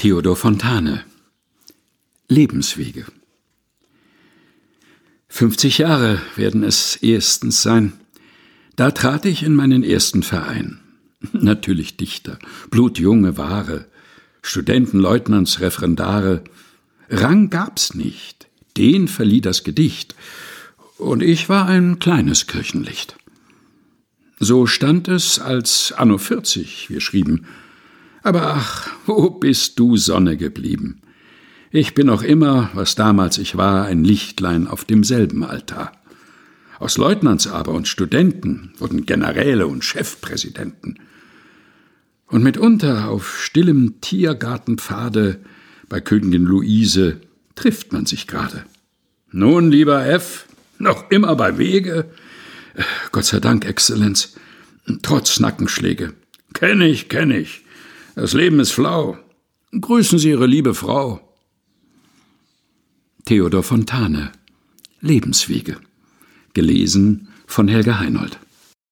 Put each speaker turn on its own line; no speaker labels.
Theodor Fontane. Lebenswege. 50 Jahre werden es erstens sein. Da trat ich in meinen ersten Verein. Natürlich Dichter, blutjunge Ware, Studenten, Leutnants, Referendare. Rang gab's nicht, den verlieh das Gedicht. Und ich war ein kleines Kirchenlicht. So stand es, als anno 40 wir schrieben. Aber ach, wo bist du, Sonne, geblieben? Ich bin noch immer, was damals ich war, ein Lichtlein auf demselben Altar. Aus Leutnants aber und Studenten wurden Generäle und Chefpräsidenten. Und mitunter auf stillem Tiergartenpfade bei Königin Luise trifft man sich gerade. Nun, lieber F., noch immer bei Wege? Gott sei Dank, Exzellenz, trotz Nackenschläge. Kenn ich. Das Leben ist flau. Grüßen Sie Ihre liebe Frau. Theodor Fontane. Lebenswege. Gelesen von Helga Heinold.